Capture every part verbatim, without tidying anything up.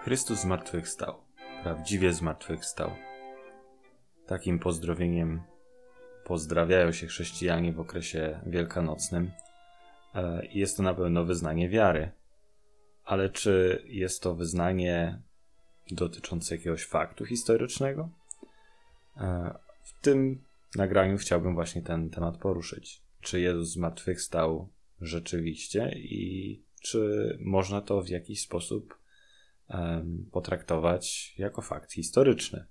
Chrystus zmartwychwstał, prawdziwie zmartwychwstał. Takim pozdrowieniem pozdrawiają się chrześcijanie w okresie wielkanocnym. Jest to na pewno wyznanie wiary. Ale czy jest to wyznanie dotyczące jakiegoś faktu historycznego? W tym nagraniu chciałbym właśnie ten temat poruszyć. Czy Jezus zmartwychwstał rzeczywiście i czy można to w jakiś sposób um, potraktować jako fakt historyczny?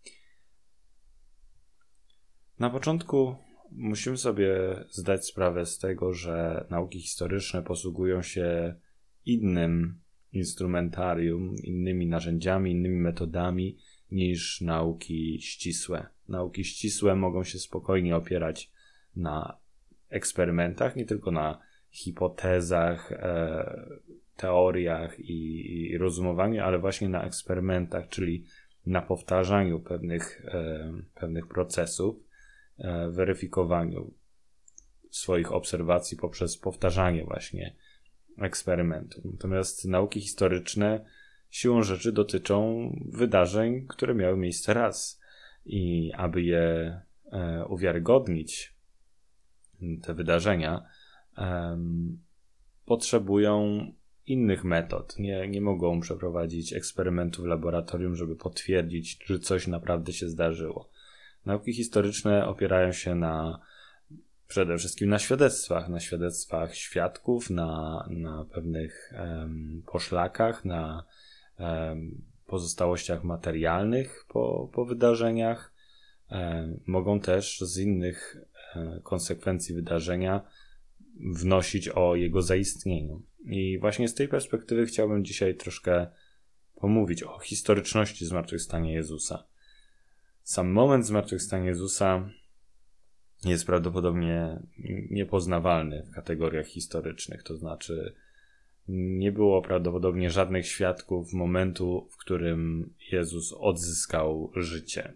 Na początku musimy sobie zdać sprawę z tego, że nauki historyczne posługują się innym instrumentarium, innymi narzędziami, innymi metodami niż nauki ścisłe. Nauki ścisłe mogą się spokojnie opierać na eksperymentach, nie tylko na hipotezach, e, teoriach i, i rozumowaniu, ale właśnie na eksperymentach, czyli na powtarzaniu pewnych, e, pewnych procesów, e, weryfikowaniu swoich obserwacji poprzez powtarzanie właśnie eksperymentu. Natomiast nauki historyczne siłą rzeczy dotyczą wydarzeń, które miały miejsce raz i aby je e, uwiarygodnić, te wydarzenia, e, potrzebują innych metod. Nie, nie mogą przeprowadzić eksperymentu w laboratorium, żeby potwierdzić, że coś naprawdę się zdarzyło. Nauki historyczne opierają się na przede wszystkim na świadectwach, na świadectwach świadków, na, na pewnych um, poszlakach, na um, pozostałościach materialnych po, po wydarzeniach. Um, mogą też z innych um, konsekwencji wydarzenia wnosić o jego zaistnieniu. I właśnie z tej perspektywy chciałbym dzisiaj troszkę pomówić o historyczności zmartwychwstania Jezusa. Sam moment zmartwychwstania Jezusa jest prawdopodobnie niepoznawalny w kategoriach historycznych, to znaczy nie było prawdopodobnie żadnych świadków momentu, w którym Jezus odzyskał życie.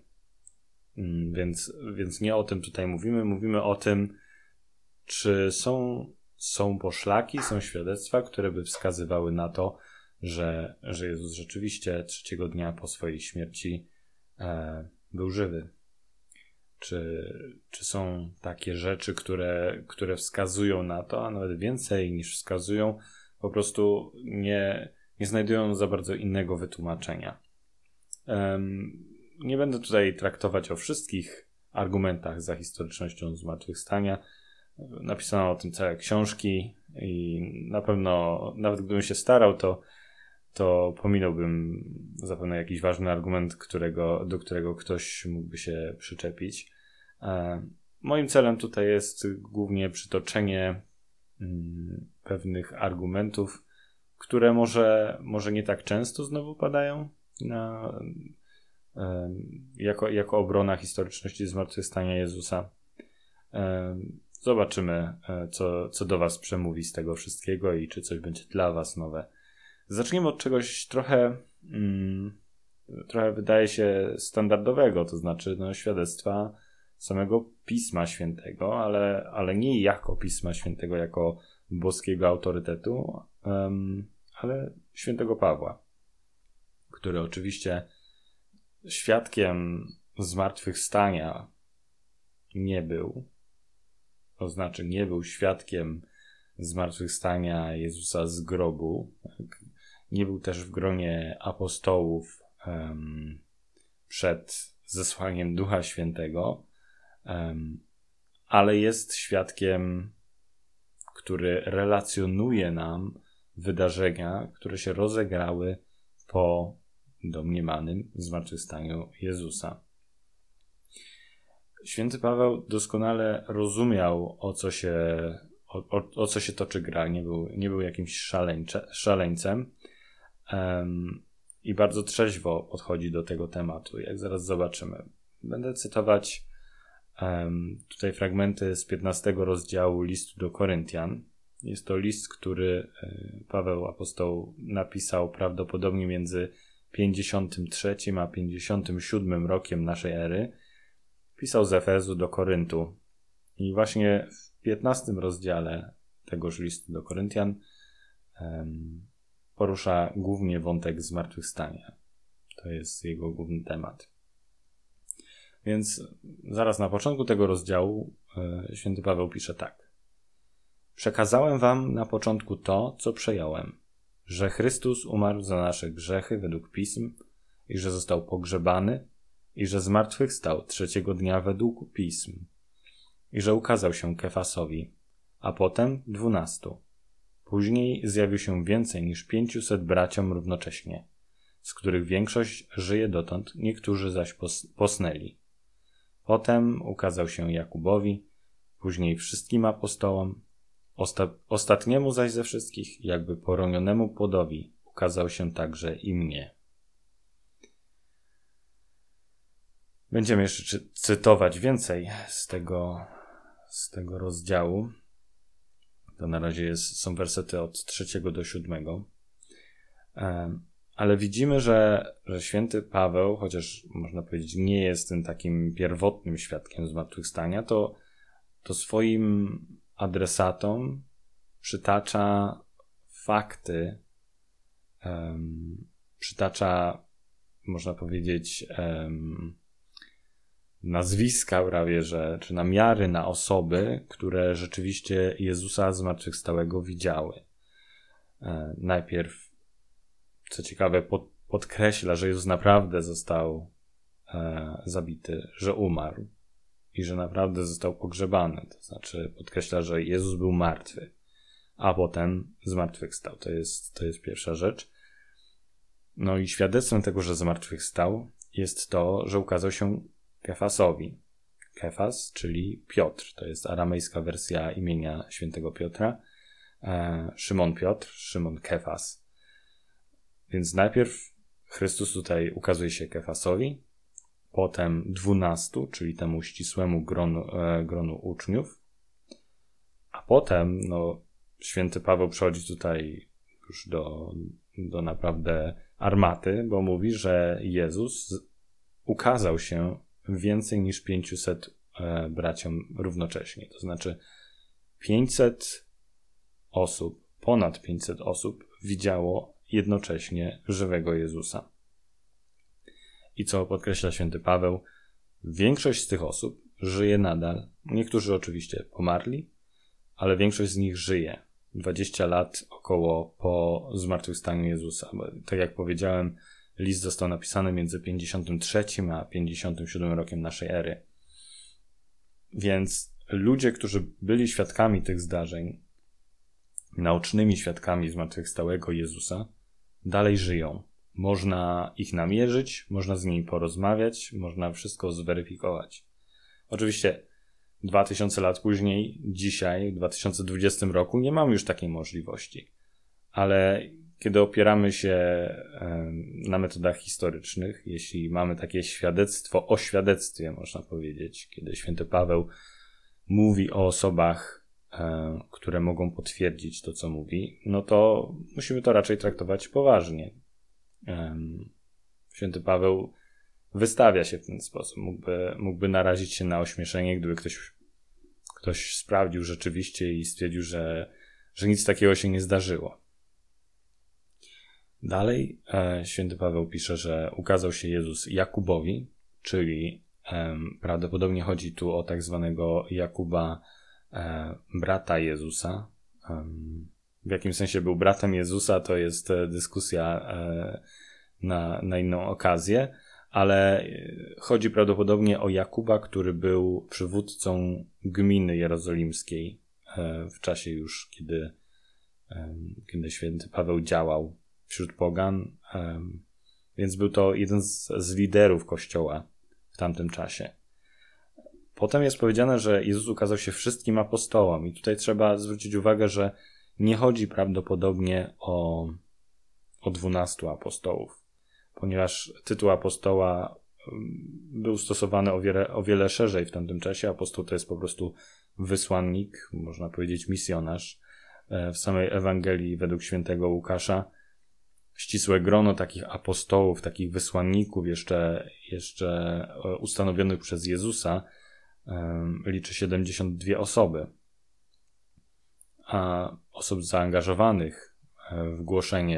Więc, więc nie o tym tutaj mówimy, mówimy o tym, czy są, są poszlaki, są świadectwa, które by wskazywały na to, że, że Jezus rzeczywiście trzeciego dnia po swojej śmierci e, był żywy. Czy, czy są takie rzeczy, które, które wskazują na to, a nawet więcej niż wskazują, po prostu nie, nie znajdują za bardzo innego wytłumaczenia. Um, nie będę tutaj traktować o wszystkich argumentach za historycznością zmartwychwstania. Napisano o tym całe książki i na pewno, nawet gdybym się starał, to, to pominąłbym zapewne jakiś ważny argument, którego, do którego ktoś mógłby się przyczepić. E, moim celem tutaj jest głównie przytoczenie mm, pewnych argumentów, które może, może nie tak często znowu padają na, e, jako, jako obrona historyczności zmartwychwstania Jezusa. E, zobaczymy, co, co do was przemówi z tego wszystkiego i czy coś będzie dla was nowe. Zaczniemy od czegoś trochę, mm, trochę wydaje się standardowego, to znaczy no, świadectwa samego Pisma Świętego, ale, ale nie jako Pisma Świętego, jako boskiego autorytetu, um, ale świętego Pawła, który oczywiście świadkiem zmartwychwstania nie był, to znaczy nie był świadkiem zmartwychwstania Jezusa z grobu, nie był też w gronie apostołów um, przed zesłaniem Ducha Świętego, um, ale jest świadkiem, który relacjonuje nam wydarzenia, które się rozegrały po domniemanym zmartwychwstaniu Jezusa. Święty Paweł doskonale rozumiał, o co się, o, o, o co się toczy gra. Nie był, nie był jakimś szaleńcze, szaleńcem um, i bardzo trzeźwo podchodzi do tego tematu, jak zaraz zobaczymy. Będę cytować um, tutaj fragmenty z piętnastego rozdziału listu do Koryntian. Jest to list, który Paweł apostoł napisał prawdopodobnie między pięćdziesiątym trzecim a pięćdziesiątym siódmym rokiem naszej ery. Pisał z Efezu do Koryntu. I właśnie w piętnastym rozdziale tegoż listu do Koryntian um, porusza głównie wątek zmartwychwstania. To jest jego główny temat. Więc zaraz na początku tego rozdziału yy, święty Paweł pisze tak. Przekazałem wam na początku to, co przejąłem, że Chrystus umarł za nasze grzechy według Pism i że został pogrzebany i że zmartwychwstał trzeciego dnia według Pism i że ukazał się Kefasowi, a potem dwunastu. Później zjawił się więcej niż pięciuset braciom równocześnie, z których większość żyje dotąd, niektórzy zaś pos- posnęli. Potem ukazał się Jakubowi, później wszystkim apostołom, osta- ostatniemu zaś ze wszystkich, jakby poronionemu płodowi, ukazał się także i mnie. Będziemy jeszcze czy- cytować więcej z tego, z tego rozdziału. To na razie jest, są wersety od trzeciego do siódmego. Ale widzimy, że, że święty Paweł, chociaż można powiedzieć nie jest tym takim pierwotnym świadkiem zmartwychwstania, to, to swoim adresatom przytacza fakty, um, przytacza, można powiedzieć, um, nazwiska prawie, że, czy namiary na osoby, które rzeczywiście Jezusa zmartwychwstałego widziały. E, najpierw, co ciekawe, pod, podkreśla, że Jezus naprawdę został e, zabity, że umarł i że naprawdę został pogrzebany. To znaczy podkreśla, że Jezus był martwy, a potem zmartwychwstał. To jest, to jest pierwsza rzecz. No i świadectwem tego, że zmartwychwstał, jest to, że ukazał się Kefasowi. Kefas, czyli Piotr. To jest aramejska wersja imienia świętego Piotra. E, Szymon Piotr, Szymon Kefas. Więc najpierw Chrystus tutaj ukazuje się Kefasowi, potem dwunastu, czyli temu ścisłemu gronu, e, gronu uczniów, a potem no, święty Paweł przechodzi tutaj już do, do naprawdę armaty, bo mówi, że Jezus ukazał się więcej niż pięciuset e, braciom równocześnie. To znaczy pięćset osób, ponad pięćset osób widziało jednocześnie żywego Jezusa. I co podkreśla święty Paweł, większość z tych osób żyje nadal. Niektórzy oczywiście pomarli, ale większość z nich żyje. dwadzieścia lat około po zmartwychwstaniu Jezusa. Bo, tak jak powiedziałem, list został napisany między pięćdziesiątym trzecim a pięćdziesiątym siódmym rokiem naszej ery. Więc ludzie, którzy byli świadkami tych zdarzeń, naocznymi świadkami zmartwychwstałego Jezusa, dalej żyją. Można ich namierzyć, można z nimi porozmawiać, można wszystko zweryfikować. Oczywiście dwa tysiące lat później, dzisiaj, w dwa tysiące dwudziestym roku, nie mamy już takiej możliwości. Ale kiedy opieramy się na metodach historycznych, jeśli mamy takie świadectwo o świadectwie, można powiedzieć, kiedy święty Paweł mówi o osobach, które mogą potwierdzić to, co mówi, no to musimy to raczej traktować poważnie. Święty Paweł wystawia się w ten sposób. Mógłby, mógłby narazić się na ośmieszenie, gdyby ktoś, ktoś sprawdził rzeczywiście i stwierdził, że, że nic takiego się nie zdarzyło. Dalej e, święty Paweł pisze, że ukazał się Jezus Jakubowi, czyli e, prawdopodobnie chodzi tu o tak zwanego Jakuba, e, brata Jezusa. E, w jakim sensie był bratem Jezusa, to jest dyskusja e, na, na inną okazję, ale chodzi prawdopodobnie o Jakuba, który był przywódcą gminy jerozolimskiej e, w czasie już, kiedy, e, kiedy święty Paweł działał wśród pogan, um, więc był to jeden z, z liderów kościoła w tamtym czasie. Potem jest powiedziane, że Jezus ukazał się wszystkim apostołom i tutaj trzeba zwrócić uwagę, że nie chodzi prawdopodobnie o, o dwunastu apostołów, ponieważ tytuł apostoła był stosowany o wiele, o wiele szerzej w tamtym czasie. Apostoł to jest po prostu wysłannik, można powiedzieć misjonarz. W samej Ewangelii według świętego Łukasza ścisłe grono takich apostołów, takich wysłanników jeszcze, jeszcze ustanowionych przez Jezusa um, liczy siedemdziesiąt dwie osoby. A osób zaangażowanych w głoszenie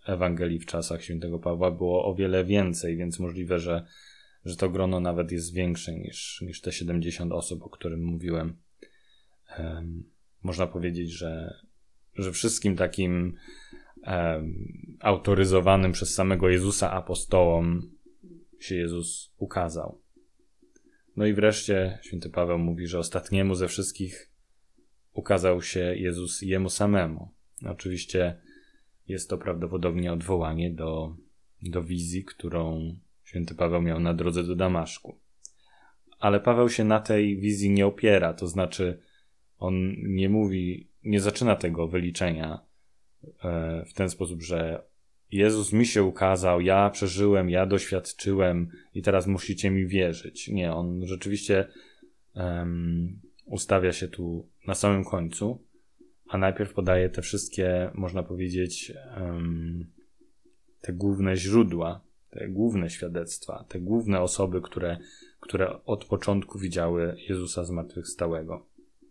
Ewangelii w czasach świętego Pawła było o wiele więcej, więc możliwe, że, że to grono nawet jest większe niż, niż te siedemdziesiąt osób, o którym mówiłem. Um, można powiedzieć, że, że wszystkim takim um, autoryzowanym przez samego Jezusa apostołom się Jezus ukazał. No i wreszcie święty Paweł mówi, że ostatniemu ze wszystkich ukazał się Jezus jemu samemu. Oczywiście jest to prawdopodobnie odwołanie do, do wizji, którą święty Paweł miał na drodze do Damaszku. Ale Paweł się na tej wizji nie opiera, to znaczy on nie mówi, nie zaczyna tego wyliczenia e, w ten sposób, że Jezus mi się ukazał, ja przeżyłem, ja doświadczyłem i teraz musicie mi wierzyć. Nie, on rzeczywiście um, ustawia się tu na samym końcu, a najpierw podaje te wszystkie, można powiedzieć, um, te główne źródła, te główne świadectwa, te główne osoby, które, które od początku widziały Jezusa zmartwychwstałego.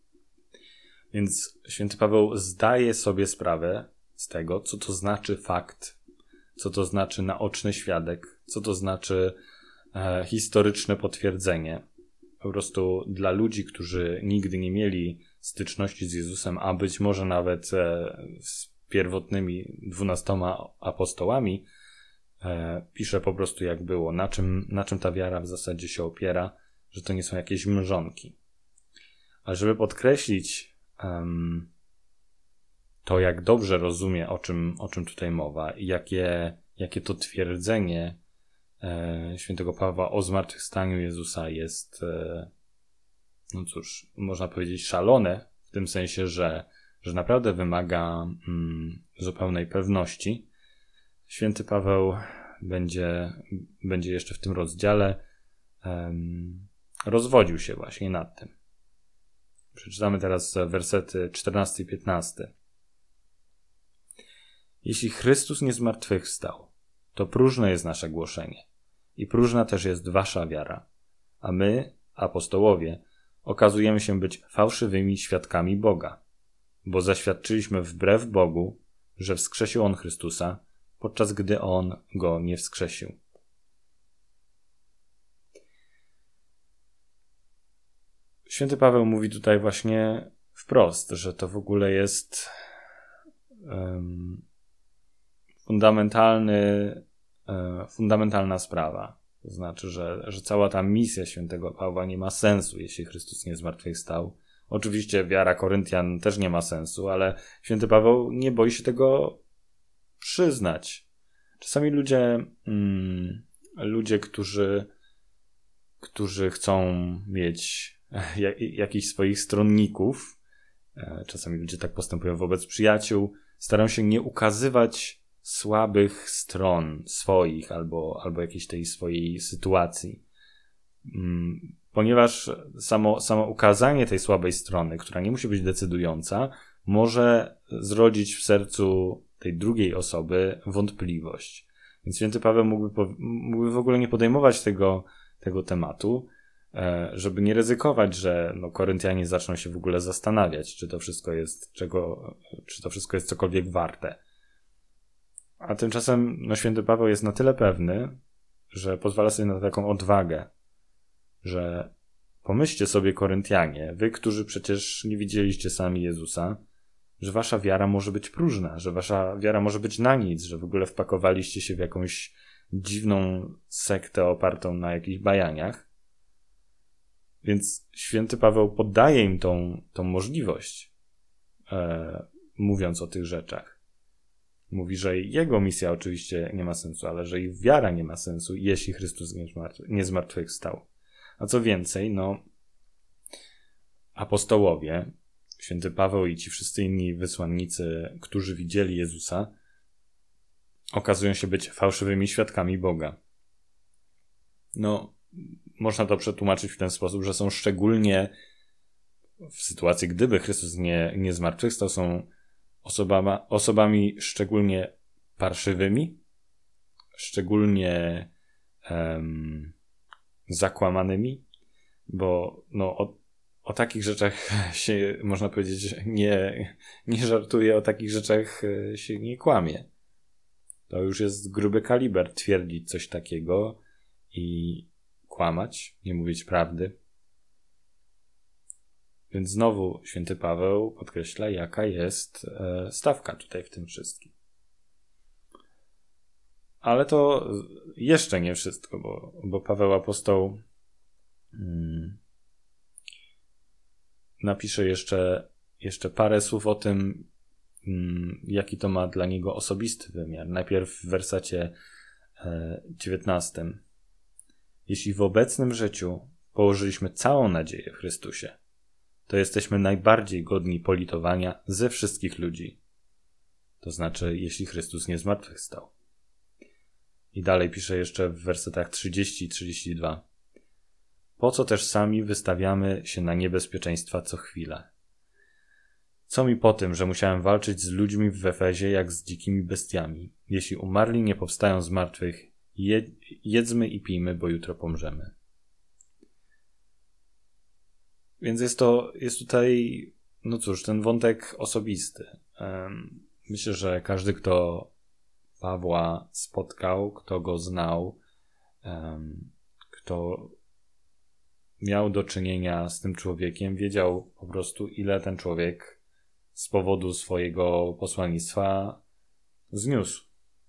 Więc święty Paweł zdaje sobie sprawę z tego, co to znaczy fakt, co to znaczy naoczny świadek, co to znaczy e, historyczne potwierdzenie. Po prostu dla ludzi, którzy nigdy nie mieli styczności z Jezusem, a być może nawet e, z pierwotnymi dwunastoma apostołami, e, pisze po prostu jak było, na czym, na czym ta wiara w zasadzie się opiera, że to nie są jakieś mrzonki. Ale żeby podkreślić um, to, jak dobrze rozumie, o czym, o czym tutaj mowa i jakie, jakie to twierdzenie e, świętego Pawła o zmartwychwstaniu Jezusa jest, e, no cóż, można powiedzieć szalone, w tym sensie, że, że naprawdę wymaga mm, zupełnej pewności. Święty Paweł będzie, będzie jeszcze w tym rozdziale um, rozwodził się właśnie nad tym. Przeczytamy teraz wersety czternasty i piętnasty. Jeśli Chrystus nie zmartwychwstał, to próżne jest nasze głoszenie i próżna też jest wasza wiara, a my, apostołowie, okazujemy się być fałszywymi świadkami Boga, bo zaświadczyliśmy wbrew Bogu, że wskrzesił On Chrystusa, podczas gdy On Go nie wskrzesił. Święty Paweł mówi tutaj właśnie wprost, że to w ogóle jest um, fundamentalny, um, fundamentalna sprawa. To znaczy, że, że cała ta misja świętego Pawła nie ma sensu, jeśli Chrystus nie zmartwychwstał. Oczywiście wiara Koryntian też nie ma sensu, ale święty Paweł nie boi się tego przyznać. Czasami ludzie, mm, ludzie, którzy, którzy chcą mieć jakichś swoich stronników, czasami ludzie tak postępują wobec przyjaciół, starają się nie ukazywać słabych stron swoich albo, albo jakiejś tej swojej sytuacji. Ponieważ samo, samo ukazanie tej słabej strony, która nie musi być decydująca, może zrodzić w sercu tej drugiej osoby wątpliwość. Więc święty Paweł mógłby, mógłby w ogóle nie podejmować tego, tego tematu, żeby nie ryzykować, że no, Koryntianie zaczną się w ogóle zastanawiać, czy to wszystko jest czego, czy to wszystko jest cokolwiek warte. A tymczasem no, święty Paweł jest na tyle pewny, że pozwala sobie na taką odwagę, że pomyślcie sobie, Koryntianie, wy, którzy przecież nie widzieliście sami Jezusa, że wasza wiara może być próżna, że wasza wiara może być na nic, że w ogóle wpakowaliście się w jakąś dziwną sektę opartą na jakichś bajaniach. Więc święty Paweł poddaje im tą, tą możliwość, e, mówiąc o tych rzeczach. Mówi, że jego misja oczywiście nie ma sensu, ale że ich wiara nie ma sensu, jeśli Chrystus nie, zmartwy, nie zmartwychwstał. A co więcej, no apostołowie, święty Paweł i ci wszyscy inni wysłannicy, którzy widzieli Jezusa, okazują się być fałszywymi świadkami Boga. No, można to przetłumaczyć w ten sposób, że są szczególnie w sytuacji, gdyby Chrystus nie, nie zmartwychwstał, są osobama, osobami szczególnie parszywymi, szczególnie um, zakłamanymi, bo no, o, o takich rzeczach się, można powiedzieć, nie, nie żartuje, o takich rzeczach się nie kłamie. To już jest gruby kaliber twierdzić coś takiego i kłamać, nie mówić prawdy. Więc znowu święty Paweł podkreśla, jaka jest e, stawka tutaj w tym wszystkim. Ale to jeszcze nie wszystko, bo, bo Paweł apostoł hmm, napisze jeszcze, jeszcze parę słów o tym, hmm, jaki to ma dla niego osobisty wymiar. Najpierw w wersacie e, dziewiętnastym. Jeśli w obecnym życiu położyliśmy całą nadzieję w Chrystusie, to jesteśmy najbardziej godni politowania ze wszystkich ludzi. To znaczy, jeśli Chrystus nie zmartwychwstał. I dalej pisze jeszcze w wersetach trzydziesty i trzydziesty dwa. Po co też sami wystawiamy się na niebezpieczeństwa co chwilę? Co mi po tym, że musiałem walczyć z ludźmi w Efezie jak z dzikimi bestiami? Jeśli umarli nie powstają z martwych, je- jedzmy i pijmy, bo jutro pomrzemy. Więc jest to, jest tutaj, no cóż, ten wątek osobisty. Myślę, że każdy, kto Pawła spotkał, kto go znał, kto miał do czynienia z tym człowiekiem, wiedział po prostu, ile ten człowiek z powodu swojego posłannictwa zniósł.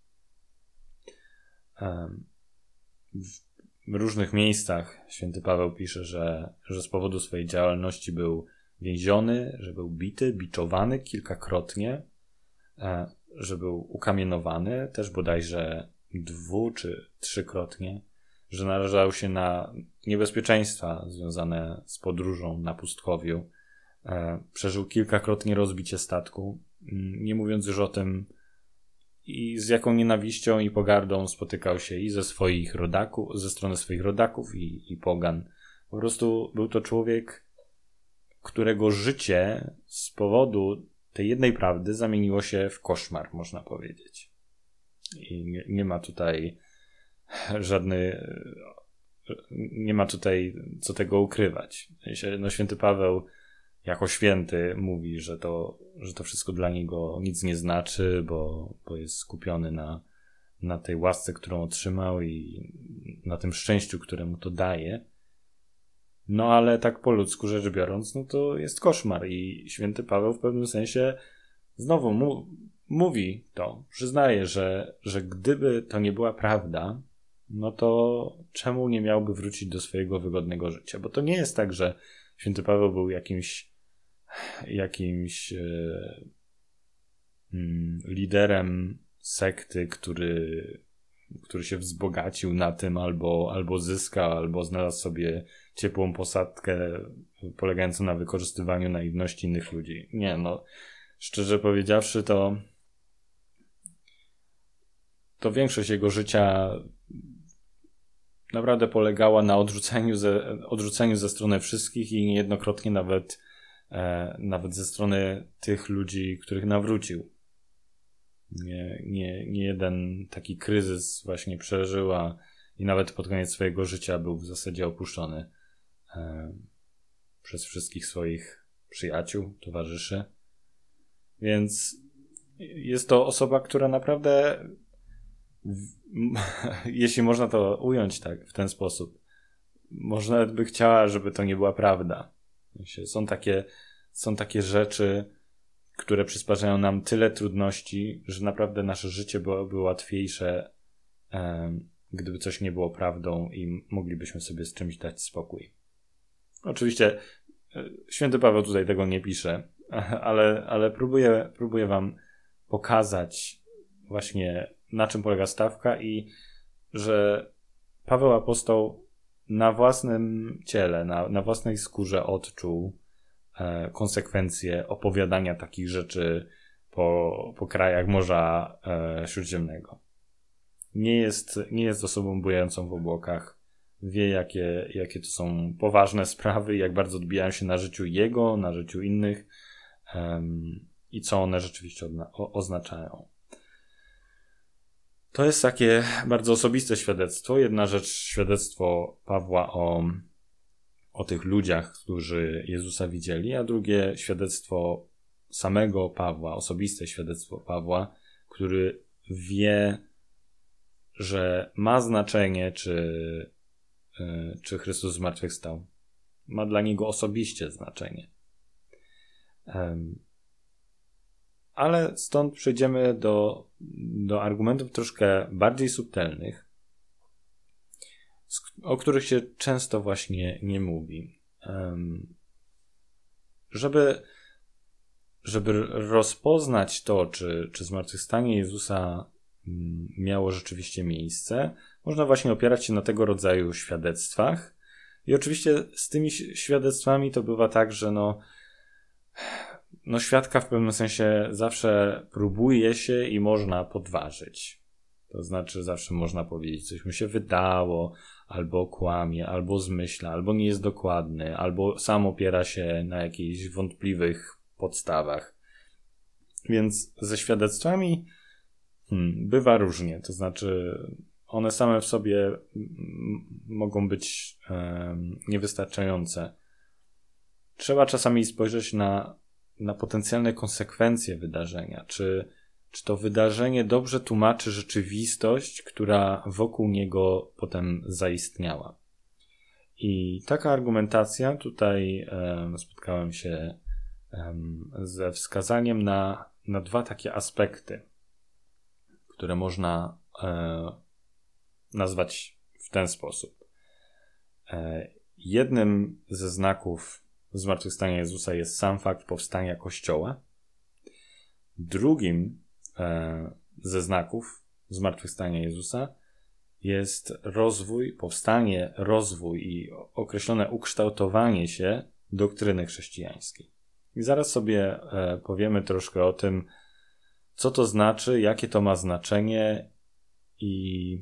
W różnych miejscach święty Paweł pisze, że, że z powodu swojej działalności był więziony, że był bity, biczowany kilkakrotnie, że był ukamienowany, też bodajże dwu czy trzykrotnie, że narażał się na niebezpieczeństwa związane z podróżą na pustkowiu. Przeżył kilkakrotnie rozbicie statku, nie mówiąc już o tym, i z jaką nienawiścią i pogardą spotykał się i ze swoich rodaków, ze strony swoich rodaków i, i pogan. Po prostu był to człowiek, którego życie z powodu tej jednej prawdy zamieniło się w koszmar, można powiedzieć. I nie, nie ma tutaj żadny, nie ma tutaj co tego ukrywać. No, święty Paweł jako święty mówi, że to, że to wszystko dla niego nic nie znaczy, bo, bo jest skupiony na, na tej łasce, którą otrzymał i na tym szczęściu, które mu to daje. No ale tak po ludzku rzecz biorąc, no to jest koszmar i święty Paweł w pewnym sensie znowu mu, mówi to, przyznaje, że, że gdyby to nie była prawda, no to czemu nie miałby wrócić do swojego wygodnego życia? Bo to nie jest tak, że święty Paweł był jakimś jakimś e, mm, liderem sekty, który, który się wzbogacił na tym albo, albo zyskał, albo znalazł sobie ciepłą posadkę polegającą na wykorzystywaniu naiwności innych ludzi. Nie, no, szczerze powiedziawszy, to to większość jego życia naprawdę polegała na odrzuceniu ze, odrzuceniu ze strony wszystkich i niejednokrotnie nawet e, nawet ze strony tych ludzi, których nawrócił. Nie, nie, nie jeden taki kryzys właśnie przeżył, a i nawet pod koniec swojego życia był w zasadzie opuszczony e, przez wszystkich swoich przyjaciół, towarzyszy. Więc jest to osoba, która naprawdę jeśli można to ująć tak, w ten sposób, może nawet by chciała, żeby to nie była prawda. Są takie, są takie rzeczy, które przysparzają nam tyle trudności, że naprawdę nasze życie byłoby łatwiejsze, um, gdyby coś nie było prawdą i moglibyśmy sobie z czymś dać spokój. Oczywiście święty Paweł tutaj tego nie pisze, ale, ale próbuję, próbuję wam pokazać właśnie, na czym polega stawka i że Paweł apostoł na własnym ciele, na, na własnej skórze odczuł e, konsekwencje opowiadania takich rzeczy po, po krajach Morza e, Śródziemnego. Nie jest, nie jest osobą bujającą w obłokach. Wie, jakie, jakie to są poważne sprawy, jak bardzo odbijają się na życiu jego, na życiu innych um, i co one rzeczywiście odna- o, oznaczają. To jest takie bardzo osobiste świadectwo. Jedna rzecz, świadectwo Pawła o, o tych ludziach, którzy Jezusa widzieli, a drugie świadectwo samego Pawła, osobiste świadectwo Pawła, który wie, że ma znaczenie, czy, czy Chrystus zmartwychwstał. Ma dla niego osobiście znaczenie. Ale stąd przejdziemy do, do argumentów troszkę bardziej subtelnych, o których się często właśnie nie mówi. Żeby, żeby rozpoznać to, czy, czy zmartwychwstanie Jezusa miało rzeczywiście miejsce, można właśnie opierać się na tego rodzaju świadectwach. I oczywiście z tymi świadectwami to bywa tak, że no, no świadka w pewnym sensie zawsze próbuje się i można podważyć. To znaczy zawsze można powiedzieć, coś mu się wydało, albo kłamie, albo zmyśla, albo nie jest dokładny, albo sam opiera się na jakichś wątpliwych podstawach. Więc ze świadectwami hmm, bywa różnie. To znaczy one same w sobie m- mogą być um, niewystarczające. Trzeba czasami spojrzeć na, na potencjalne konsekwencje wydarzenia. Czy Czy to wydarzenie dobrze tłumaczy rzeczywistość, która wokół niego potem zaistniała? I taka argumentacja, tutaj um, spotkałem się um, ze wskazaniem na, na dwa takie aspekty, które można e, nazwać w ten sposób. E, jednym ze znaków zmartwychwstania Jezusa jest sam fakt powstania Kościoła. Drugim ze znaków zmartwychwstania Jezusa jest rozwój, powstanie, rozwój i określone ukształtowanie się doktryny chrześcijańskiej. I zaraz sobie powiemy troszkę o tym, co to znaczy, jakie to ma znaczenie i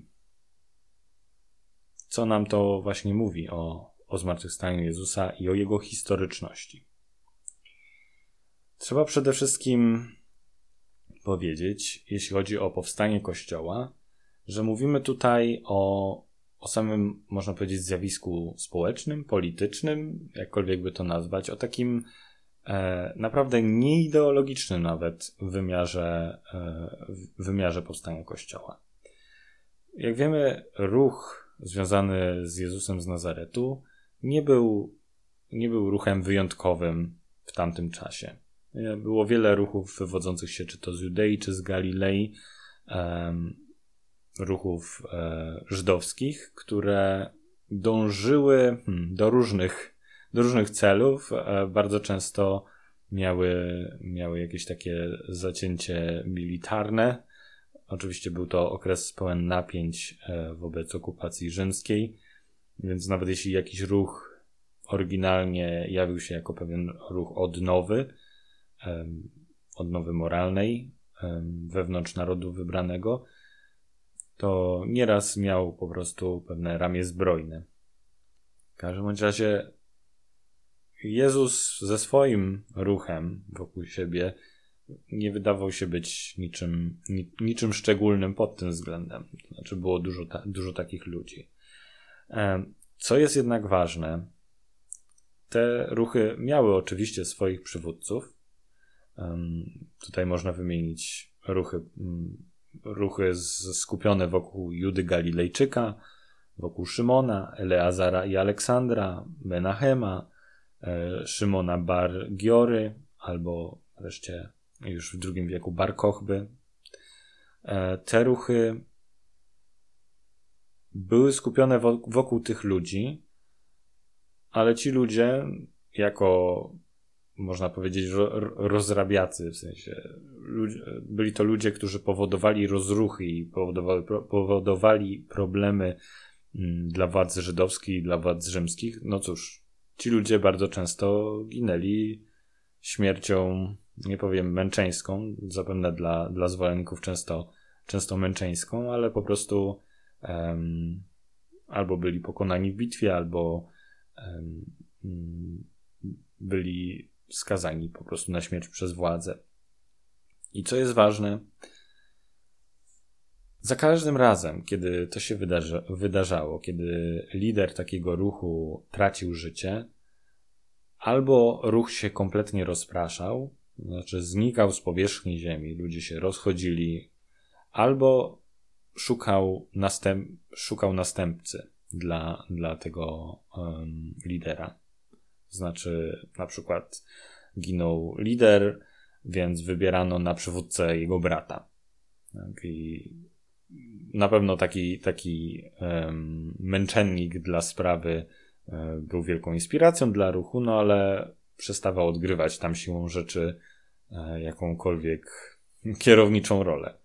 co nam to właśnie mówi o, o zmartwychwstaniu Jezusa i o jego historyczności. Trzeba przede wszystkim powiedzieć, jeśli chodzi o powstanie Kościoła, że mówimy tutaj o, o samym, można powiedzieć, zjawisku społecznym, politycznym, jakkolwiek by to nazwać, o takim e, naprawdę nieideologicznym nawet wymiarze, e, w wymiarze powstania Kościoła. Jak wiemy, ruch związany z Jezusem z Nazaretu nie był, nie był ruchem wyjątkowym w tamtym czasie. Było wiele ruchów wywodzących się czy to z Judei, czy z Galilei, um, ruchów e, żydowskich, które dążyły hmm, do różnych, do różnych celów. E, bardzo często miały, miały jakieś takie zacięcie militarne. Oczywiście był to okres pełen napięć e, wobec okupacji rzymskiej, więc nawet jeśli jakiś ruch oryginalnie jawił się jako pewien ruch odnowy, odnowy moralnej wewnątrz narodu wybranego, to nieraz miał po prostu pewne ramię zbrojne. W każdym bądź razie Jezus ze swoim ruchem wokół siebie nie wydawał się być niczym, niczym szczególnym pod tym względem. To znaczy było dużo, ta, dużo takich ludzi. Co jest jednak ważne, te ruchy miały oczywiście swoich przywódców. Tutaj można wymienić ruchy, ruchy skupione wokół Judy Galilejczyka, wokół Szymona, Eleazara i Aleksandra, Menachema, Szymona Bar Giory, albo wreszcie już w drugim wieku Bar Kochby. Te ruchy były skupione wokół tych ludzi, ale ci ludzie jako, można powiedzieć, rozrabiacy, w sensie byli to ludzie, którzy powodowali rozruchy i powodowali, powodowali problemy dla władz żydowskich i dla władz rzymskich. No cóż, ci ludzie bardzo często ginęli śmiercią, nie powiem męczeńską, zapewne dla, dla zwolenników często, często męczeńską, ale po prostu um, albo byli pokonani w bitwie, albo um, byli skazani po prostu na śmierć przez władzę. I co jest ważne, za każdym razem, kiedy to się wydarza, wydarzało, kiedy lider takiego ruchu tracił życie, albo ruch się kompletnie rozpraszał, znaczy znikał z powierzchni ziemi, ludzie się rozchodzili, albo szukał, następ, szukał następcy dla, dla tego um, lidera. Znaczy, na przykład ginął lider, więc wybierano na przywódcę jego brata. Tak? I na pewno taki, taki um, męczennik dla sprawy um, był wielką inspiracją dla ruchu, no ale przestawał odgrywać tam siłą rzeczy um, jakąkolwiek kierowniczą rolę.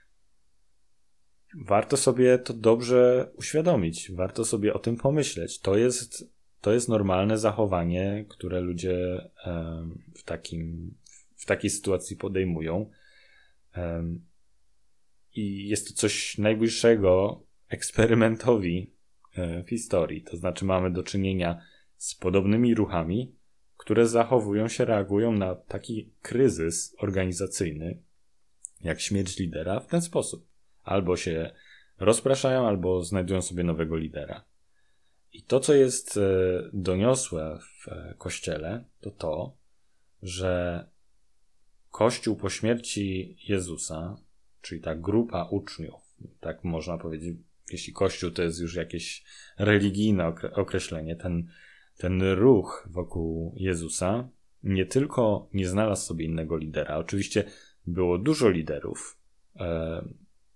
Warto sobie to dobrze uświadomić, warto sobie o tym pomyśleć. To jest, to jest normalne zachowanie, które ludzie um, w takim, w takiej sytuacji podejmują. Um, I jest to coś najbliższego eksperymentowi w historii. To znaczy mamy do czynienia z podobnymi ruchami, które zachowują się, reagują na taki kryzys organizacyjny, jak śmierć lidera, w ten sposób. Albo się rozpraszają, albo znajdują sobie nowego lidera. I to, co jest doniosłe w Kościele, to to, że Kościół po śmierci Jezusa, czyli ta grupa uczniów, tak można powiedzieć, jeśli Kościół to jest już jakieś religijne określenie, ten, ten ruch wokół Jezusa nie tylko nie znalazł sobie innego lidera, oczywiście było dużo liderów, e,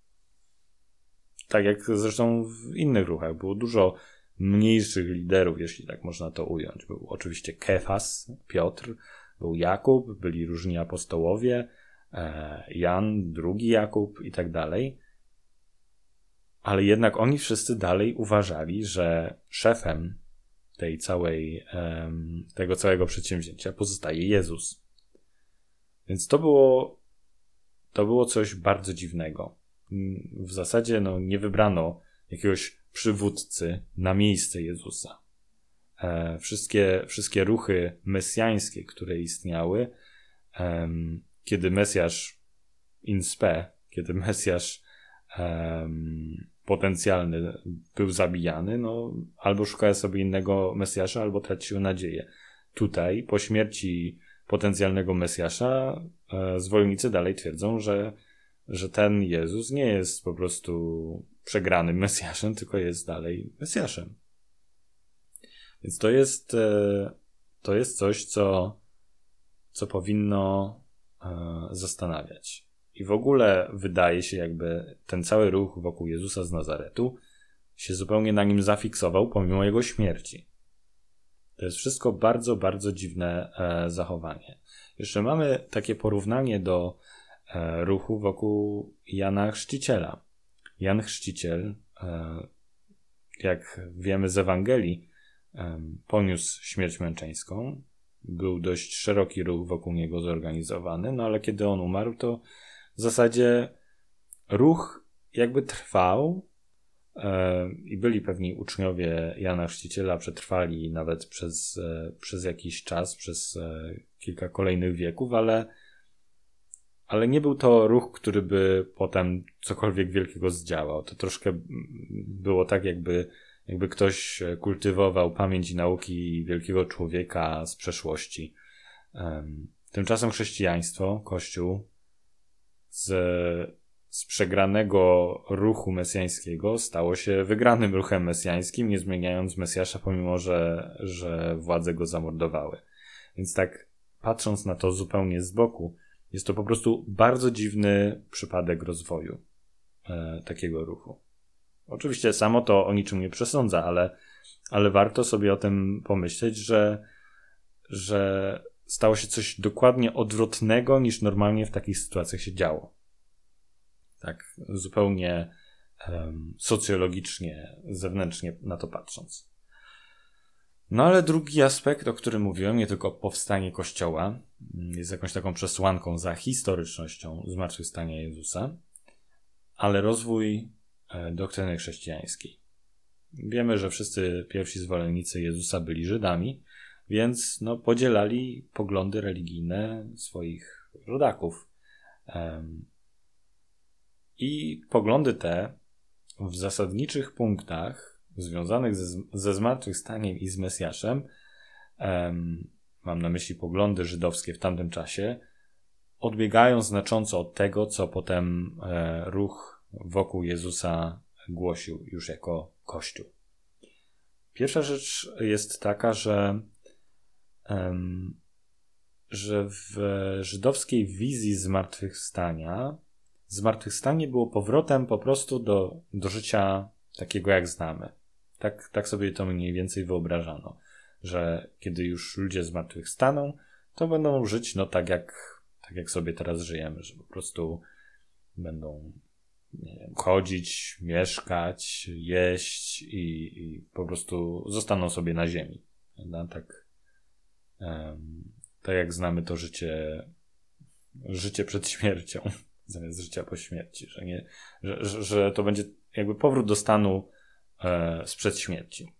tak jak zresztą w innych ruchach, było dużo mniejszych liderów, jeśli tak można to ująć. Był oczywiście Kefas, Piotr, był Jakub, byli różni apostołowie, Jan, drugi Jakub i tak dalej. Ale jednak oni wszyscy dalej uważali, że szefem tej całej, tego całego przedsięwzięcia pozostaje Jezus. Więc to było, to było coś bardzo dziwnego. W zasadzie no, nie wybrano jakiegoś przywódcy na miejsce Jezusa. Wszystkie, wszystkie ruchy mesjańskie, które istniały, kiedy Mesjasz in spe, kiedy Mesjasz um, potencjalny był zabijany, no albo szukał sobie innego Mesjasza, albo tracił nadzieję. Tutaj, po śmierci potencjalnego Mesjasza, e, zwolennicy dalej twierdzą, że, że ten Jezus nie jest po prostu przegranym Mesjaszem, tylko jest dalej Mesjaszem. Więc to jest, e, to jest coś, co, co powinno zastanawiać. I w ogóle wydaje się, jakby ten cały ruch wokół Jezusa z Nazaretu się zupełnie na nim zafiksował pomimo jego śmierci. To jest wszystko bardzo, bardzo dziwne e, zachowanie. Jeszcze mamy takie porównanie do e, ruchu wokół Jana Chrzciciela. Jan Chrzciciel, e, jak wiemy z Ewangelii, e, poniósł śmierć męczeńską. Był dość szeroki ruch wokół niego zorganizowany, no ale kiedy on umarł, to w zasadzie ruch jakby trwał e, i byli pewni uczniowie Jana Chrzciciela, przetrwali nawet przez, e, przez jakiś czas, przez e, kilka kolejnych wieków, ale, ale nie był to ruch, który by potem cokolwiek wielkiego zdziałał. To troszkę było tak, jakby Jakby ktoś kultywował pamięć i nauki wielkiego człowieka z przeszłości. Tymczasem chrześcijaństwo, Kościół, z, z przegranego ruchu mesjańskiego stało się wygranym ruchem mesjańskim, nie zmieniając Mesjasza, pomimo że, że władze go zamordowały. Więc tak patrząc na to zupełnie z boku, jest to po prostu bardzo dziwny przypadek rozwoju e, takiego ruchu. Oczywiście samo to o niczym nie przesądza, ale, ale warto sobie o tym pomyśleć, że, że stało się coś dokładnie odwrotnego niż normalnie w takich sytuacjach się działo. Tak zupełnie um, socjologicznie, zewnętrznie na to patrząc. No ale drugi aspekt, o którym mówiłem, nie tylko powstanie Kościoła, jest jakąś taką przesłanką za historycznością zmartwychwstania Jezusa, ale rozwój doktryny chrześcijańskiej. Wiemy, że wszyscy pierwsi zwolennicy Jezusa byli Żydami, więc no, podzielali poglądy religijne swoich rodaków. Um, I poglądy te w zasadniczych punktach związanych ze, ze zmartwychwstaniem i z Mesjaszem, um, mam na myśli poglądy żydowskie w tamtym czasie, odbiegają znacząco od tego, co potem e, ruch wokół Jezusa głosił już jako Kościół. Pierwsza rzecz jest taka, że, um, że w żydowskiej wizji zmartwychwstania zmartwychwstanie było powrotem po prostu do, do życia takiego, jak znamy. Tak, tak sobie to mniej więcej wyobrażano, że kiedy już ludzie zmartwychwstaną, to będą żyć no tak jak, tak jak sobie teraz żyjemy, że po prostu będą nie wiem, chodzić, mieszkać, jeść i, i po prostu zostaną sobie na ziemi. No, tak, um, tak jak znamy to życie, życie przed śmiercią, zamiast życia po śmierci, że, nie, że, że, że to będzie jakby powrót do stanu e, sprzed śmierci.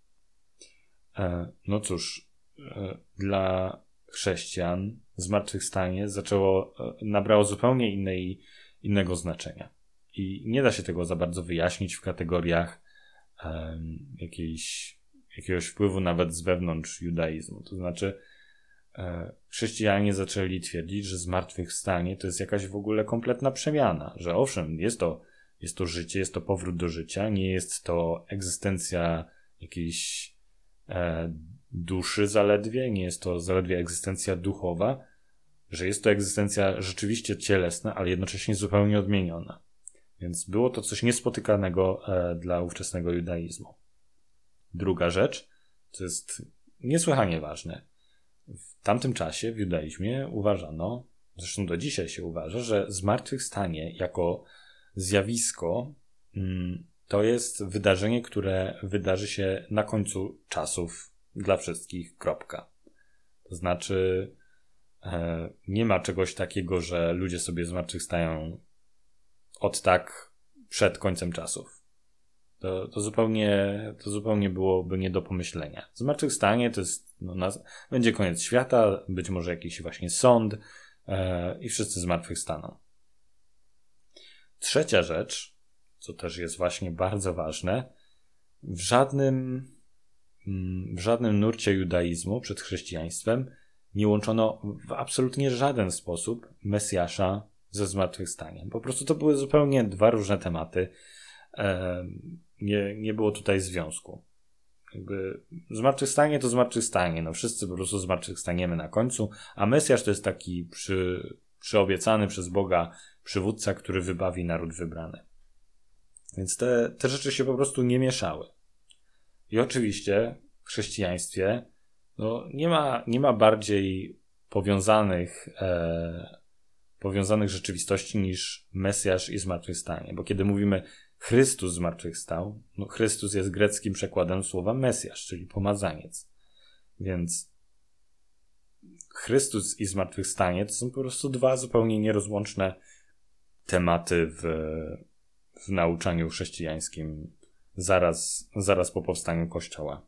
E, no cóż, e, dla chrześcijan zmartwychwstanie zaczęło, e, nabrało zupełnie innej, innego znaczenia. I nie da się tego za bardzo wyjaśnić w kategoriach um, jakiejś, jakiegoś wpływu nawet z wewnątrz judaizmu. To znaczy e, chrześcijanie zaczęli twierdzić, że zmartwychwstanie to jest jakaś w ogóle kompletna przemiana. Że owszem, jest to, jest to życie, jest to powrót do życia, nie jest to egzystencja jakiejś e, duszy zaledwie, nie jest to zaledwie egzystencja duchowa, że jest to egzystencja rzeczywiście cielesna, ale jednocześnie zupełnie odmieniona. Więc było to coś niespotykanego e, dla ówczesnego judaizmu. Druga rzecz, co jest niesłychanie ważne. W tamtym czasie w judaizmie uważano, zresztą do dzisiaj się uważa, że zmartwychwstanie jako zjawisko mm, to jest wydarzenie, które wydarzy się na końcu czasów dla wszystkich, kropka. To znaczy e, nie ma czegoś takiego, że ludzie sobie zmartwychwstają od tak przed końcem czasów. To, to, zupełnie, to zupełnie byłoby nie do pomyślenia. Zmartwychwstanie to jest, no, nas, będzie koniec świata, być może jakiś właśnie sąd e, i wszyscy zmartwychwstaną. Trzecia rzecz, co też jest właśnie bardzo ważne, w żadnym, w żadnym nurcie judaizmu przed chrześcijaństwem nie łączono w absolutnie żaden sposób Mesjasza ze zmartwychwstaniem. Po prostu to były zupełnie dwa różne tematy. E, nie, nie było tutaj związku. Jakby zmartwychwstanie to zmartwychwstanie. No wszyscy po prostu zmartwychwstaniemy na końcu, a Mesjasz to jest taki przy, przyobiecany przez Boga przywódca, który wybawi naród wybrany. Więc te, te rzeczy się po prostu nie mieszały. I oczywiście w chrześcijaństwie no, nie ma, nie ma bardziej powiązanych e, powiązanych rzeczywistości niż Mesjasz i zmartwychwstanie. Bo kiedy mówimy Chrystus zmartwychwstał, no Chrystus jest greckim przekładem słowa Mesjasz, czyli pomazaniec. Więc Chrystus i zmartwychwstanie to są po prostu dwa zupełnie nierozłączne tematy w, w nauczaniu chrześcijańskim zaraz, zaraz po powstaniu Kościoła.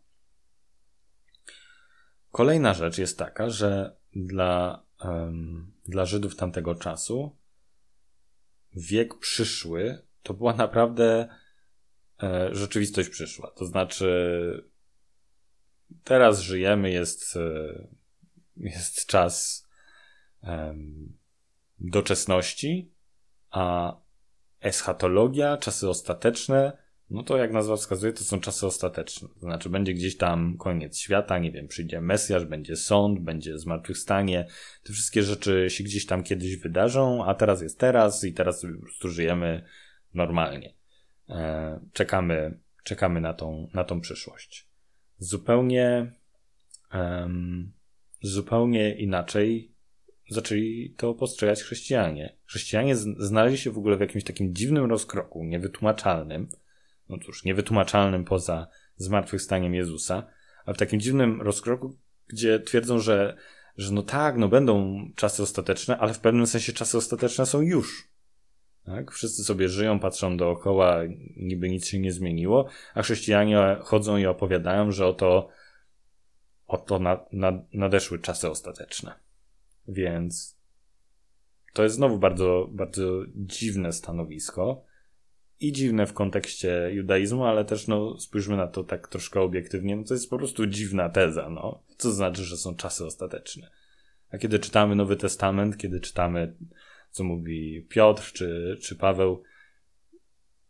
Kolejna rzecz jest taka, że dla um, dla Żydów tamtego czasu wiek przyszły to była naprawdę e, rzeczywistość przyszła. To znaczy teraz żyjemy, jest, e, jest czas e, doczesności, a eschatologia, czasy ostateczne, no to jak nazwa wskazuje, to są czasy ostateczne. To znaczy będzie gdzieś tam koniec świata, nie wiem, przyjdzie Mesjasz, będzie sąd, będzie zmartwychwstanie. Te wszystkie rzeczy się gdzieś tam kiedyś wydarzą, a teraz jest teraz i teraz po prostu żyjemy normalnie. E, czekamy, czekamy na tą, na tą przyszłość. Zupełnie, um, zupełnie inaczej zaczęli to postrzegać chrześcijanie. Chrześcijanie z- znaleźli się w ogóle w jakimś takim dziwnym rozkroku, niewytłumaczalnym, no cóż, niewytłumaczalnym poza zmartwychwstaniem Jezusa, ale w takim dziwnym rozkroku, gdzie twierdzą, że, że no tak, no będą czasy ostateczne, ale w pewnym sensie czasy ostateczne są już. Tak? Wszyscy sobie żyją, patrzą dookoła, niby nic się nie zmieniło, a chrześcijanie chodzą i opowiadają, że oto, oto na, na, nadeszły czasy ostateczne. Więc to jest znowu bardzo, bardzo dziwne stanowisko i dziwne w kontekście judaizmu, ale też no spójrzmy na to tak troszkę obiektywnie, no to jest po prostu dziwna teza, no. Co to znaczy, że są czasy ostateczne? A kiedy czytamy Nowy Testament, kiedy czytamy, co mówi Piotr czy, czy Paweł,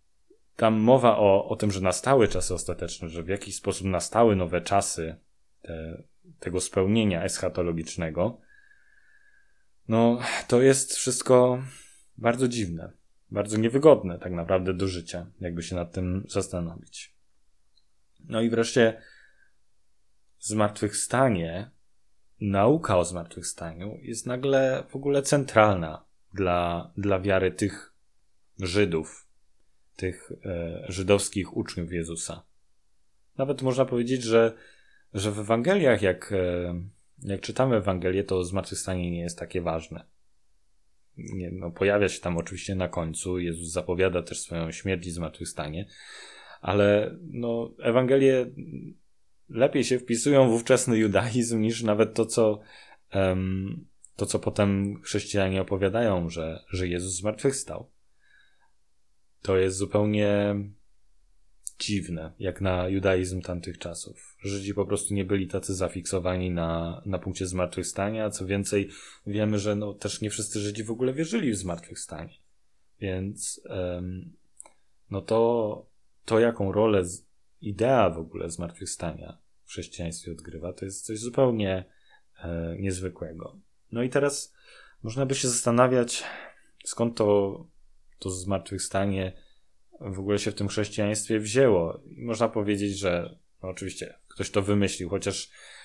tam mowa o, o tym, że nastały czasy ostateczne, że w jakiś sposób nastały nowe czasy te, tego spełnienia eschatologicznego, no to jest wszystko bardzo dziwne, bardzo niewygodne tak naprawdę do życia, jakby się nad tym zastanowić. No i wreszcie zmartwychwstanie, nauka o zmartwychwstaniu jest nagle w ogóle centralna dla, dla wiary tych Żydów, tych e, żydowskich uczniów Jezusa. Nawet można powiedzieć, że, że w Ewangeliach, jak, e, jak czytamy Ewangelię, to zmartwychwstanie nie jest takie ważne. Nie, no, pojawia się tam oczywiście na końcu, Jezus zapowiada też swoją śmierć i zmartwychwstanie, ale no, Ewangelie lepiej się wpisują w ówczesny judaizm niż nawet to, co, um, to, co potem chrześcijanie opowiadają, że, że Jezus zmartwychwstał. To jest zupełnie dziwne, jak na judaizm tamtych czasów. Żydzi po prostu nie byli tacy zafiksowani na, na punkcie zmartwychwstania, co więcej, wiemy, że no, też nie wszyscy Żydzi w ogóle wierzyli w zmartwychwstanie. Więc um, no to, to jaką rolę z, idea w ogóle zmartwychwstania w chrześcijaństwie odgrywa, to jest coś zupełnie e, niezwykłego. No i teraz można by się zastanawiać, skąd to, to zmartwychwstanie w ogóle się w tym chrześcijaństwie wzięło. I można powiedzieć, że no oczywiście ktoś to wymyślił, chociaż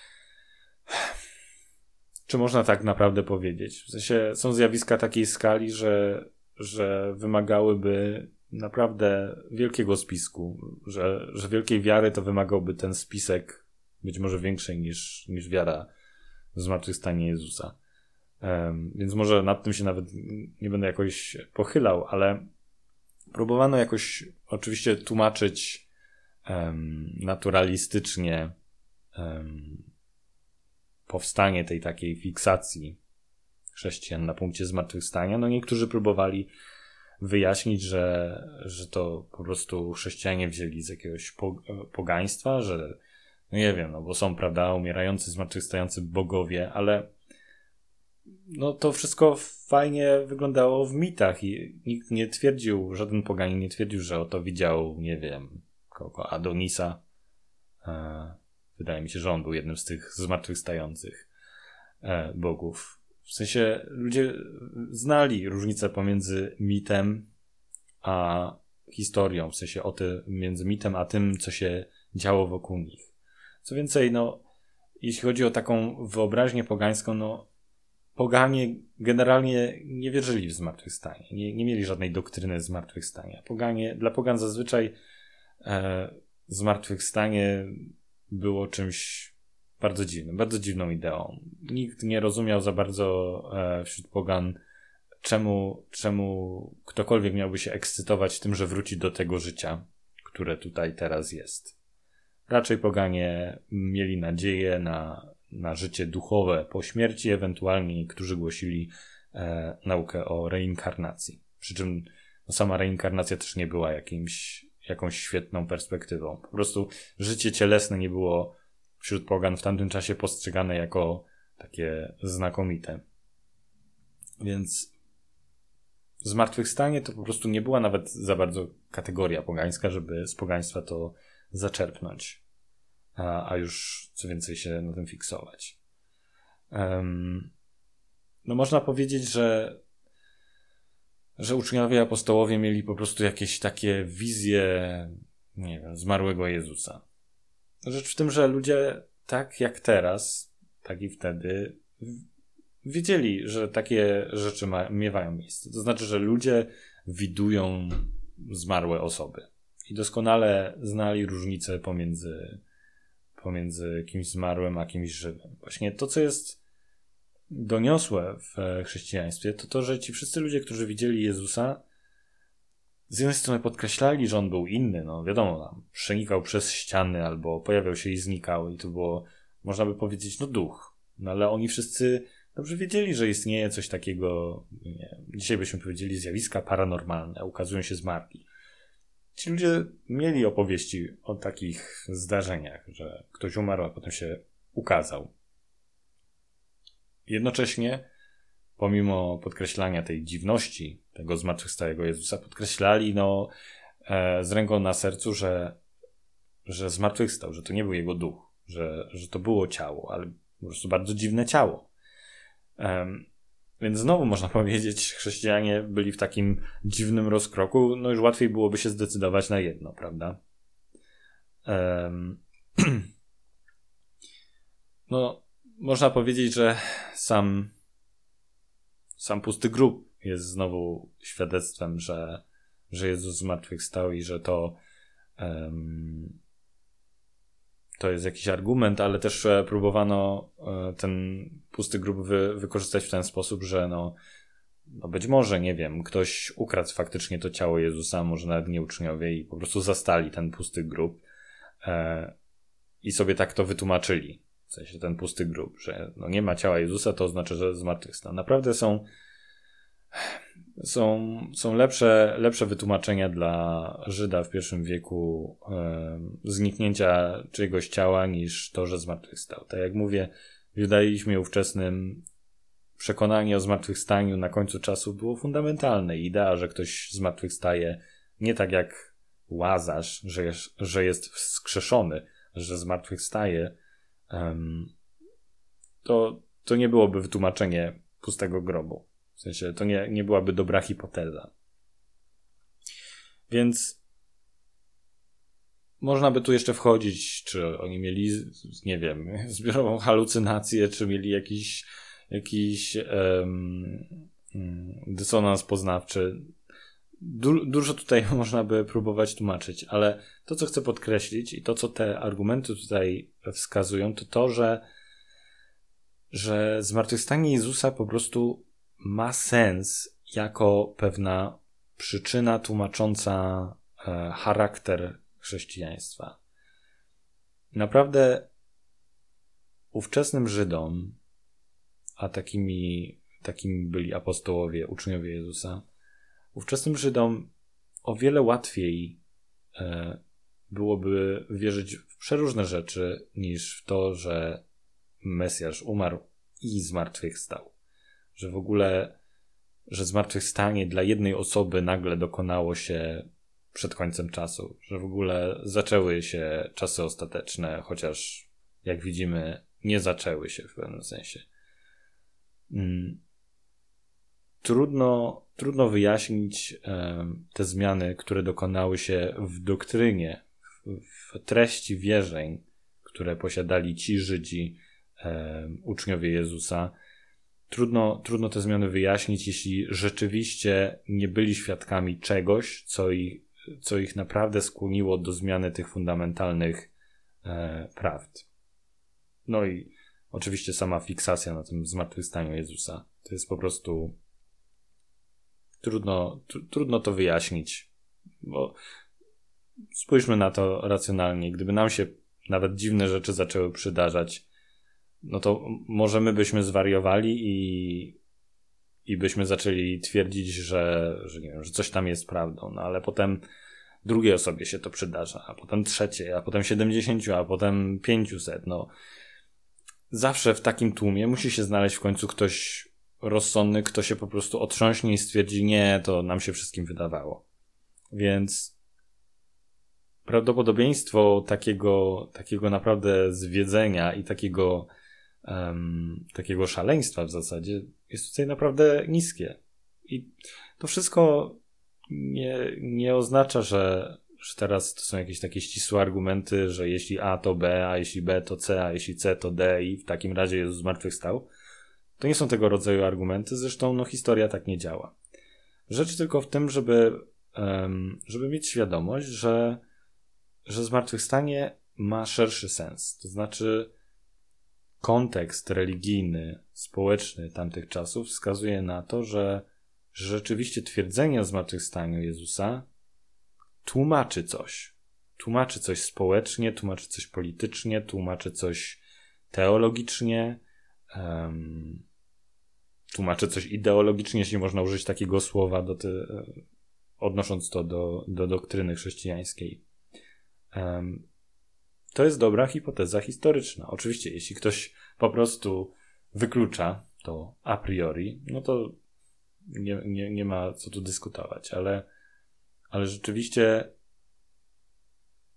czy można tak naprawdę powiedzieć? W sensie są zjawiska takiej skali, że, że wymagałyby naprawdę wielkiego spisku, że, że wielkiej wiary to wymagałby ten spisek być może większej niż, niż wiara w zmartwychwstanie Jezusa. Um, więc może nad tym się nawet nie będę jakoś pochylał, ale próbowano jakoś oczywiście tłumaczyć um, naturalistycznie um, powstanie tej takiej fiksacji chrześcijan na punkcie zmartwychwstania. No niektórzy próbowali wyjaśnić, że, że to po prostu chrześcijanie wzięli z jakiegoś pogaństwa, że no nie wiem, no bo są, prawda, umierający, zmartwychwstający bogowie, ale no to wszystko fajnie wyglądało w mitach i nikt nie twierdził, żaden poganin nie twierdził, że oto widział, nie wiem, kogo, Adonisa. E, wydaje mi się, że on był jednym z tych zmartwychwstających e, bogów. W sensie ludzie znali różnicę pomiędzy mitem a historią, w sensie o tym, między mitem a tym, co się działo wokół nich. Co więcej, no, jeśli chodzi o taką wyobraźnię pogańską, no, poganie generalnie nie wierzyli w zmartwychwstanie, nie, nie mieli żadnej doktryny zmartwychwstania. Poganie, dla pogan zazwyczaj e, zmartwychwstanie było czymś bardzo dziwnym, bardzo dziwną ideą. Nikt nie rozumiał za bardzo e, wśród pogan, czemu, czemu ktokolwiek miałby się ekscytować tym, że wróci do tego życia, które tutaj teraz jest. Raczej poganie mieli nadzieję na, na życie duchowe po śmierci, ewentualnie niektórzy głosili e, naukę o reinkarnacji. Przy czym no, sama reinkarnacja też nie była jakimś, jakąś świetną perspektywą. Po prostu życie cielesne nie było wśród pogan w tamtym czasie postrzegane jako takie znakomite. Więc zmartwychwstanie to po prostu nie była nawet za bardzo kategoria pogańska, żeby z pogaństwa to zaczerpnąć, a, a już co więcej się na tym fiksować. Um, no można powiedzieć, że że uczniowie apostołowie mieli po prostu jakieś takie wizje, nie wiem, zmarłego Jezusa. Rzecz w tym, że ludzie tak jak teraz, tak i wtedy wiedzieli, że takie rzeczy ma, miewają miejsce. To znaczy, że ludzie widują zmarłe osoby i doskonale znali różnicę pomiędzy, pomiędzy kimś zmarłym a kimś żywym. Właśnie to, co jest doniosłe w chrześcijaństwie, to to, że ci wszyscy ludzie, którzy widzieli Jezusa, z jednej strony podkreślali, że on był inny, no wiadomo, tam przenikał przez ściany albo pojawiał się i znikał i to było, można by powiedzieć, no duch. No ale oni wszyscy dobrze wiedzieli, że istnieje coś takiego, nie, dzisiaj byśmy powiedzieli zjawiska paranormalne, ukazują się zmarli. Ci ludzie mieli opowieści o takich zdarzeniach, że ktoś umarł, a potem się ukazał. Jednocześnie, pomimo podkreślania tej dziwności tego zmartwychwstałego Jezusa, podkreślali no e, z ręką na sercu, że, że zmartwychwstał, że to nie był jego duch, że, że to było ciało, ale po prostu bardzo dziwne ciało. Um, więc znowu można powiedzieć, chrześcijanie byli w takim dziwnym rozkroku, no już łatwiej byłoby się zdecydować na jedno, prawda? Um, no, można powiedzieć, że sam sam pusty grób jest znowu świadectwem, że, że Jezus zmartwychwstał i że to um, to jest jakiś argument, ale też próbowano ten pusty grób wy, wykorzystać w ten sposób, że no, no być może, nie wiem, ktoś ukradł faktycznie to ciało Jezusa, może nawet nie uczniowie i po prostu zastali ten pusty grób e, i sobie tak to wytłumaczyli. W sensie ten pusty grób, że no nie ma ciała Jezusa, to oznacza, że zmartwychwstał. Naprawdę są Są, są lepsze, lepsze wytłumaczenia dla Żyda w pierwszym wieku e, zniknięcia czyjegoś ciała niż to, że zmartwychwstał. Tak jak mówię, w judaizmie ówczesnym przekonanie o zmartwychwstaniu na końcu czasów było fundamentalne. Idea, że ktoś zmartwychwstaje nie tak jak Łazarz, że jest, że jest wskrzeszony, że zmartwychwstaje, um, to, to nie byłoby wytłumaczenie pustego grobu. W sensie to nie, nie byłaby dobra hipoteza. Więc można by tu jeszcze wchodzić, czy oni mieli, nie wiem, zbiorową halucynację, czy mieli jakiś, jakiś um, dysonans poznawczy. Du- dużo tutaj można by próbować tłumaczyć, ale to, co chcę podkreślić i to, co te argumenty tutaj wskazują, to to, że, że zmartwychwstanie Jezusa po prostu ma sens jako pewna przyczyna tłumacząca e, charakter chrześcijaństwa. Naprawdę ówczesnym Żydom, a takimi, takimi byli apostołowie, uczniowie Jezusa, ówczesnym Żydom o wiele łatwiej e, byłoby wierzyć w przeróżne rzeczy niż w to, że Mesjasz umarł i zmartwychwstał. Że w ogóle, że zmartwychwstanie dla jednej osoby nagle dokonało się przed końcem czasu. Że w ogóle zaczęły się czasy ostateczne, chociaż jak widzimy nie zaczęły się w pewnym sensie. Hmm. Trudno, trudno wyjaśnić um, te zmiany, które dokonały się w doktrynie, w, w treści wierzeń, które posiadali ci Żydzi, um, uczniowie Jezusa. Trudno, trudno te zmiany wyjaśnić, jeśli rzeczywiście nie byli świadkami czegoś, co ich, co ich naprawdę skłoniło do zmiany tych fundamentalnych e, prawd. No i oczywiście sama fiksacja na tym zmartwychwstaniu Jezusa. To jest po prostu trudno, tr- trudno to wyjaśnić, bo spójrzmy na to racjonalnie. Gdyby nam się nawet dziwne rzeczy zaczęły przydarzać, no to może my byśmy zwariowali i, i byśmy zaczęli twierdzić, że, że, nie wiem, że coś tam jest prawdą, no ale potem drugiej osobie się to przydarza, a potem trzeciej, a potem siedemdziesięciu, a potem pięciuset, no. Zawsze w takim tłumie musi się znaleźć w końcu ktoś rozsądny, kto się po prostu otrząśnie i stwierdzi, nie, to nam się wszystkim wydawało. Więc prawdopodobieństwo takiego, takiego naprawdę zwiedzenia i takiego Um, takiego szaleństwa w zasadzie jest tutaj naprawdę niskie. I to wszystko nie, nie oznacza, że, że teraz to są jakieś takie ścisłe argumenty, że jeśli A to B, a jeśli B to C, a jeśli C to D i w takim razie Jezus zmartwychwstał. To nie są tego rodzaju argumenty, zresztą no, historia tak nie działa. Rzecz tylko w tym, żeby, um, żeby mieć świadomość, że, że zmartwychwstanie ma szerszy sens. To znaczy kontekst religijny, społeczny tamtych czasów wskazuje na to, że rzeczywiście twierdzenie o zmartwychwstaniu Jezusa tłumaczy coś. Tłumaczy coś społecznie, tłumaczy coś politycznie, tłumaczy coś teologicznie, um, tłumaczy coś ideologicznie, jeśli można użyć takiego słowa, do te, odnosząc to do, do doktryny chrześcijańskiej. Um, To jest dobra hipoteza historyczna. Oczywiście, jeśli ktoś po prostu wyklucza to a priori, no to nie, nie, nie ma co tu dyskutować, ale, ale rzeczywiście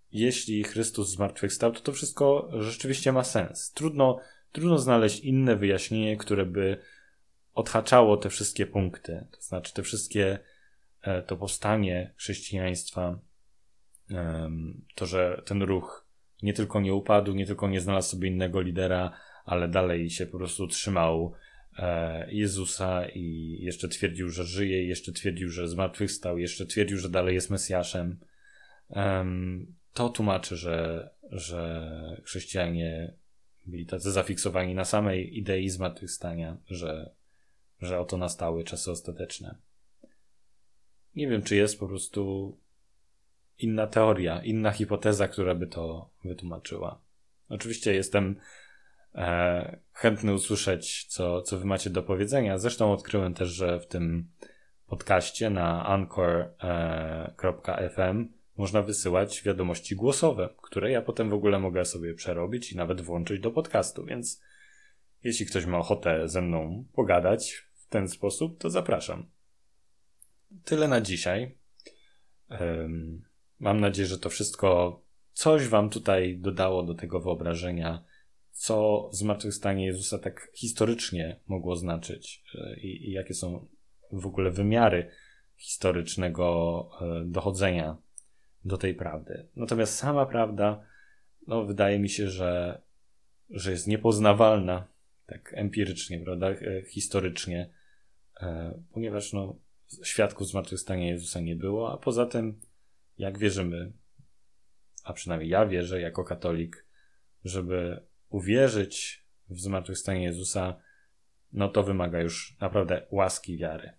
jeśli Chrystus zmartwychwstał, to to wszystko rzeczywiście ma sens. Trudno, trudno znaleźć inne wyjaśnienie, które by odhaczało te wszystkie punkty. To znaczy te wszystkie, to powstanie chrześcijaństwa, to, że ten ruch nie tylko nie upadł, nie tylko nie znalazł sobie innego lidera, ale dalej się po prostu trzymał Jezusa i jeszcze twierdził, że żyje, jeszcze twierdził, że zmartwychwstał, jeszcze twierdził, że dalej jest Mesjaszem. To tłumaczy, że, że chrześcijanie byli tacy zafiksowani na samej idei zmartwychwstania, że, że oto nastały czasy ostateczne. Nie wiem, czy jest po prostu inna teoria, inna hipoteza, która by to wytłumaczyła. Oczywiście jestem e, chętny usłyszeć, co, co wy macie do powiedzenia. Zresztą odkryłem też, że w tym podcaście na anchor kropka f m można wysyłać wiadomości głosowe, które ja potem w ogóle mogę sobie przerobić i nawet włączyć do podcastu, więc jeśli ktoś ma ochotę ze mną pogadać w ten sposób, to zapraszam. Tyle na dzisiaj. Um, mam nadzieję, że to wszystko coś wam tutaj dodało do tego wyobrażenia, co zmartwychwstanie Jezusa tak historycznie mogło znaczyć i, i jakie są w ogóle wymiary historycznego dochodzenia do tej prawdy. Natomiast sama prawda, no wydaje mi się, że, że jest niepoznawalna, tak empirycznie, prawda, historycznie, ponieważ no świadków zmartwychwstania Jezusa nie było, a poza tym, jak wierzymy, a przynajmniej ja wierzę jako katolik, żeby uwierzyć w zmartwychwstanie Jezusa, no to wymaga już naprawdę łaski wiary.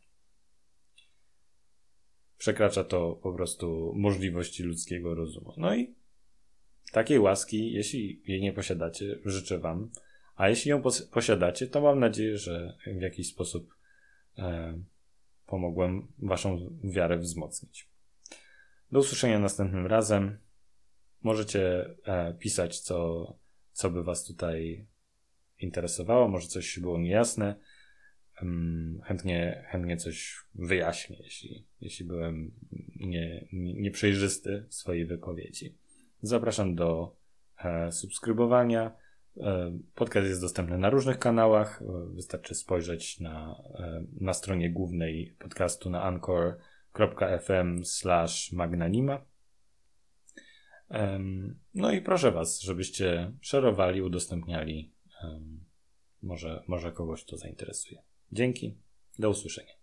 Przekracza to po prostu możliwości ludzkiego rozumu. No i takiej łaski, jeśli jej nie posiadacie, życzę wam, a jeśli ją pos- posiadacie, to mam nadzieję, że w jakiś sposób e, pomogłem waszą wiarę wzmocnić. Do usłyszenia następnym razem. Możecie e, pisać, co, co by was tutaj interesowało, może coś było niejasne. Um, chętnie, chętnie coś wyjaśnię, jeśli, jeśli byłem nie, nie, nieprzejrzysty w swojej wypowiedzi. Zapraszam do e, subskrybowania. E, podcast jest dostępny na różnych kanałach. E, wystarczy spojrzeć na, e, na stronie głównej podcastu na anchor kropka f m slash magnanima. E, no i proszę was, żebyście szerowali, udostępniali. E, może, może kogoś to zainteresuje. Dzięki, do usłyszenia.